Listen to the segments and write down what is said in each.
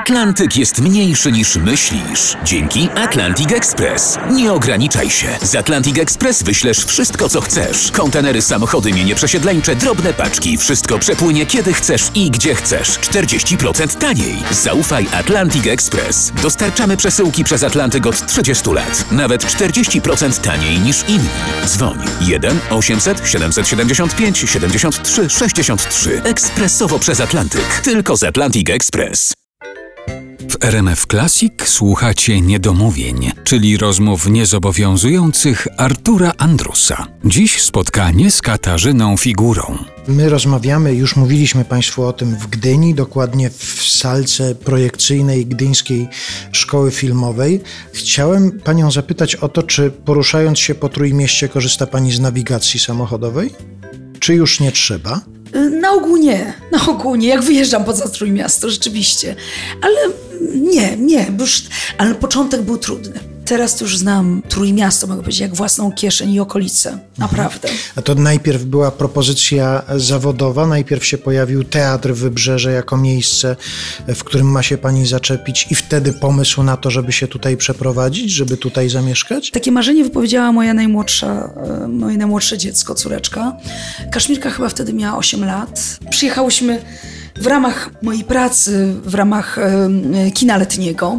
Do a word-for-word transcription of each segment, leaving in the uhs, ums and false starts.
Atlantyk jest mniejszy niż myślisz. Dzięki Atlantic Express. Nie ograniczaj się. Z Atlantic Express wyślesz wszystko, co chcesz. Kontenery, samochody, mienie przesiedleńcze, drobne paczki. Wszystko przepłynie kiedy chcesz i gdzie chcesz. czterdzieści procent taniej. Zaufaj Atlantic Express. Dostarczamy przesyłki przez Atlantyk od trzydziestu lat. Nawet czterdzieści procent taniej niż inni. Dzwoń jeden osiemset siedemset siedemdziesiąt pięć siedemdziesiąt trzy sześćdziesiąt trzy. Ekspresowo przez Atlantyk. Tylko z Atlantic Express. W R M F Classic słuchacie niedomówień, czyli rozmów niezobowiązujących Artura Andrusa. Dziś spotkanie z Katarzyną Figurą. My rozmawiamy, już mówiliśmy Państwu o tym w Gdyni, dokładnie w salce projekcyjnej Gdyńskiej Szkoły Filmowej. Chciałem Panią zapytać o to, czy poruszając się po Trójmieście korzysta Pani z nawigacji samochodowej? Czy już nie trzeba? Na ogół nie, na ogół nie, jak wyjeżdżam poza Trójmiasto, rzeczywiście. Ale nie, nie, bo już, ale początek był trudny. Teraz to już znam Trójmiasto, mogę powiedzieć, jak własną kieszeń i okolice. Naprawdę. A to najpierw była propozycja zawodowa, najpierw się pojawił Teatr Wybrzeże jako miejsce, w którym ma się Pani zaczepić i wtedy pomysł na to, żeby się tutaj przeprowadzić, żeby tutaj zamieszkać? Takie marzenie wypowiedziała moja najmłodsza, moje najmłodsze dziecko, córeczka. Kaszmirka chyba wtedy miała osiem lat. Przyjechałyśmy w ramach mojej pracy, w ramach kina letniego.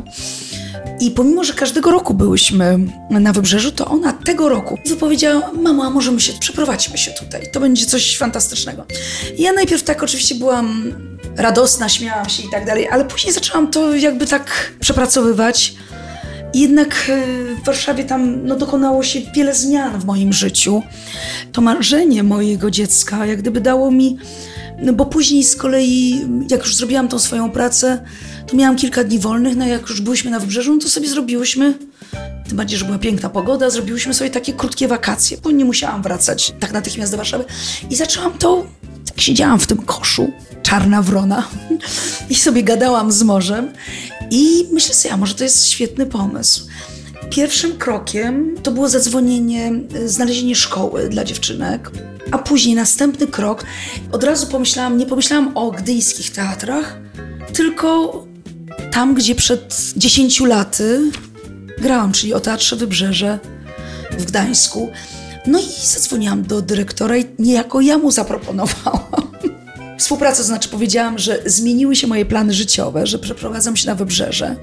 I pomimo, że każdego roku byłyśmy na Wybrzeżu, to ona tego roku wypowiedziała: mamo, a może my się przeprowadźmy się tutaj, to będzie coś fantastycznego. I ja najpierw tak oczywiście byłam radosna, śmiałam się i tak dalej, ale później zaczęłam to jakby tak przepracowywać. I jednak w Warszawie tam no, dokonało się wiele zmian w moim życiu. To marzenie mojego dziecka jak gdyby dało mi, no bo później z kolei, jak już zrobiłam tą swoją pracę, to miałam kilka dni wolnych, no jak już byliśmy na Wybrzeżu, no to sobie zrobiłyśmy, tym bardziej, że była piękna pogoda, zrobiłyśmy sobie takie krótkie wakacje, bo nie musiałam wracać tak natychmiast do Warszawy. I zaczęłam to, tak siedziałam w tym koszu, czarna wrona i sobie gadałam z morzem i myślę sobie, a może to jest świetny pomysł. Pierwszym krokiem to było zadzwonienie, znalezienie szkoły dla dziewczynek, a później następny krok, od razu pomyślałam, nie pomyślałam o gdyńskich teatrach, tylko tam, gdzie przed dziesięciu laty grałam, czyli o Teatrze Wybrzeże w Gdańsku. No i zadzwoniłam do dyrektora i niejako ja mu zaproponowałam współpracę, to znaczy powiedziałam, że zmieniły się moje plany życiowe, że przeprowadzam się na Wybrzeże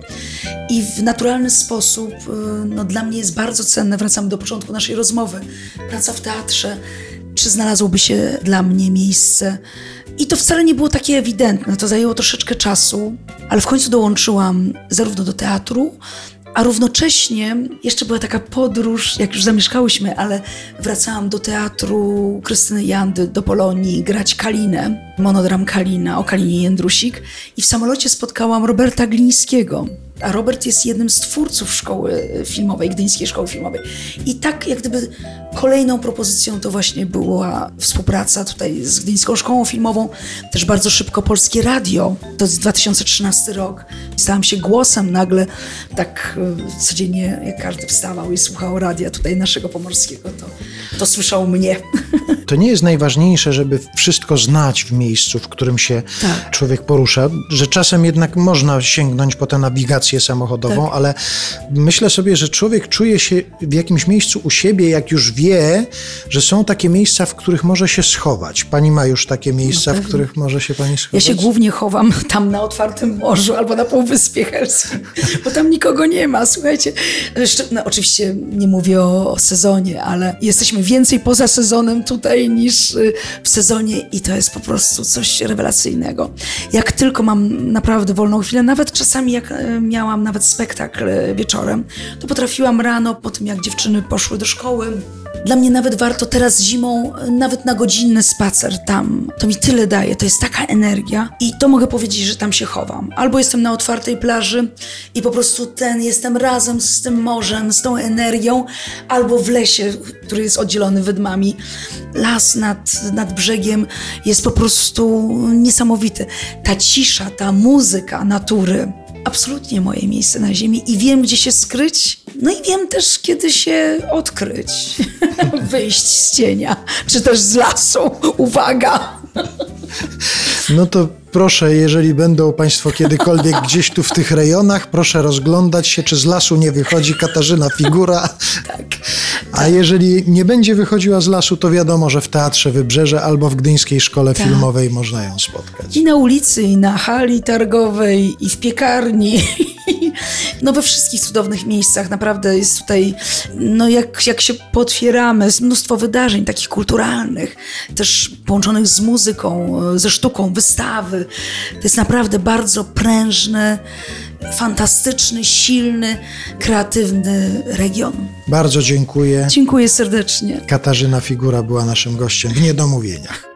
i w naturalny sposób, no dla mnie jest bardzo cenne, wracam do początku naszej rozmowy, praca w teatrze, czy znalazłoby się dla mnie miejsce. I to wcale nie było takie ewidentne, to zajęło troszeczkę czasu, ale w końcu dołączyłam zarówno do teatru, a równocześnie jeszcze była taka podróż, jak już zamieszkałyśmy, ale wracałam do teatru Krystyny Jandy, do Polonii, grać Kalinę, monodram Kalina o Kalinie Jędrusik i w samolocie spotkałam Roberta Glińskiego. A Robert jest jednym z twórców szkoły filmowej, Gdyńskiej Szkoły Filmowej. I tak jak gdyby kolejną propozycją to właśnie była współpraca tutaj z Gdyńską Szkołą Filmową. Też bardzo szybko Polskie Radio, to jest dwa tysiące trzynasty rok. Stałam się głosem nagle, tak codziennie jak każdy wstawał i słuchał radia tutaj naszego pomorskiego, to, to słyszał mnie. To nie jest najważniejsze, żeby wszystko znać w miejscu, w którym się tak. człowiek porusza, że czasem jednak można sięgnąć po tę nawigację samochodową, tak. ale myślę sobie, że człowiek czuje się w jakimś miejscu u siebie, jak już wie, że są takie miejsca, w których może się schować. Pani ma już takie miejsca, no w których może się Pani schować? Ja się głównie chowam tam na otwartym morzu albo na Półwyspie Helskim, bo tam nikogo nie ma. Słuchajcie, jeszcze, no, oczywiście nie mówię o, o sezonie, ale jesteśmy więcej poza sezonem tutaj niż w sezonie i to jest po prostu coś rewelacyjnego. Jak tylko mam naprawdę wolną chwilę, nawet czasami jak miałam nawet spektakl wieczorem, to potrafiłam rano, po tym jak dziewczyny poszły do szkoły, dla mnie nawet warto teraz zimą, nawet na godzinny spacer tam. To mi tyle daje, to jest taka energia i to mogę powiedzieć, że tam się chowam. Albo jestem na otwartej plaży i po prostu ten, jestem razem z tym morzem, z tą energią, albo w lesie, który jest oddzielony wydmami. Las nad, nad brzegiem jest po prostu niesamowity. Ta cisza, ta muzyka natury, absolutnie moje miejsce na ziemi i wiem, gdzie się skryć. No i wiem też, kiedy się odkryć, wyjść z cienia, czy też z lasu. Uwaga! No to proszę, jeżeli będą Państwo kiedykolwiek gdzieś tu w tych rejonach, proszę rozglądać się, czy z lasu nie wychodzi Katarzyna Figura. Tak. A jeżeli nie będzie wychodziła z lasu, to wiadomo, że w Teatrze Wybrzeże albo w Gdyńskiej Szkole Tak. Filmowej można ją spotkać. I na ulicy, i na hali targowej, i w piekarni. No we wszystkich cudownych miejscach. Naprawdę jest tutaj, no jak, jak się potwieramy, jest mnóstwo wydarzeń takich kulturalnych, też połączonych z muzyką, ze sztuką, wystawy. To jest naprawdę bardzo prężny, fantastyczny, silny, kreatywny region. Bardzo dziękuję. Dziękuję serdecznie. Katarzyna Figura była naszym gościem w Niedomówieniach.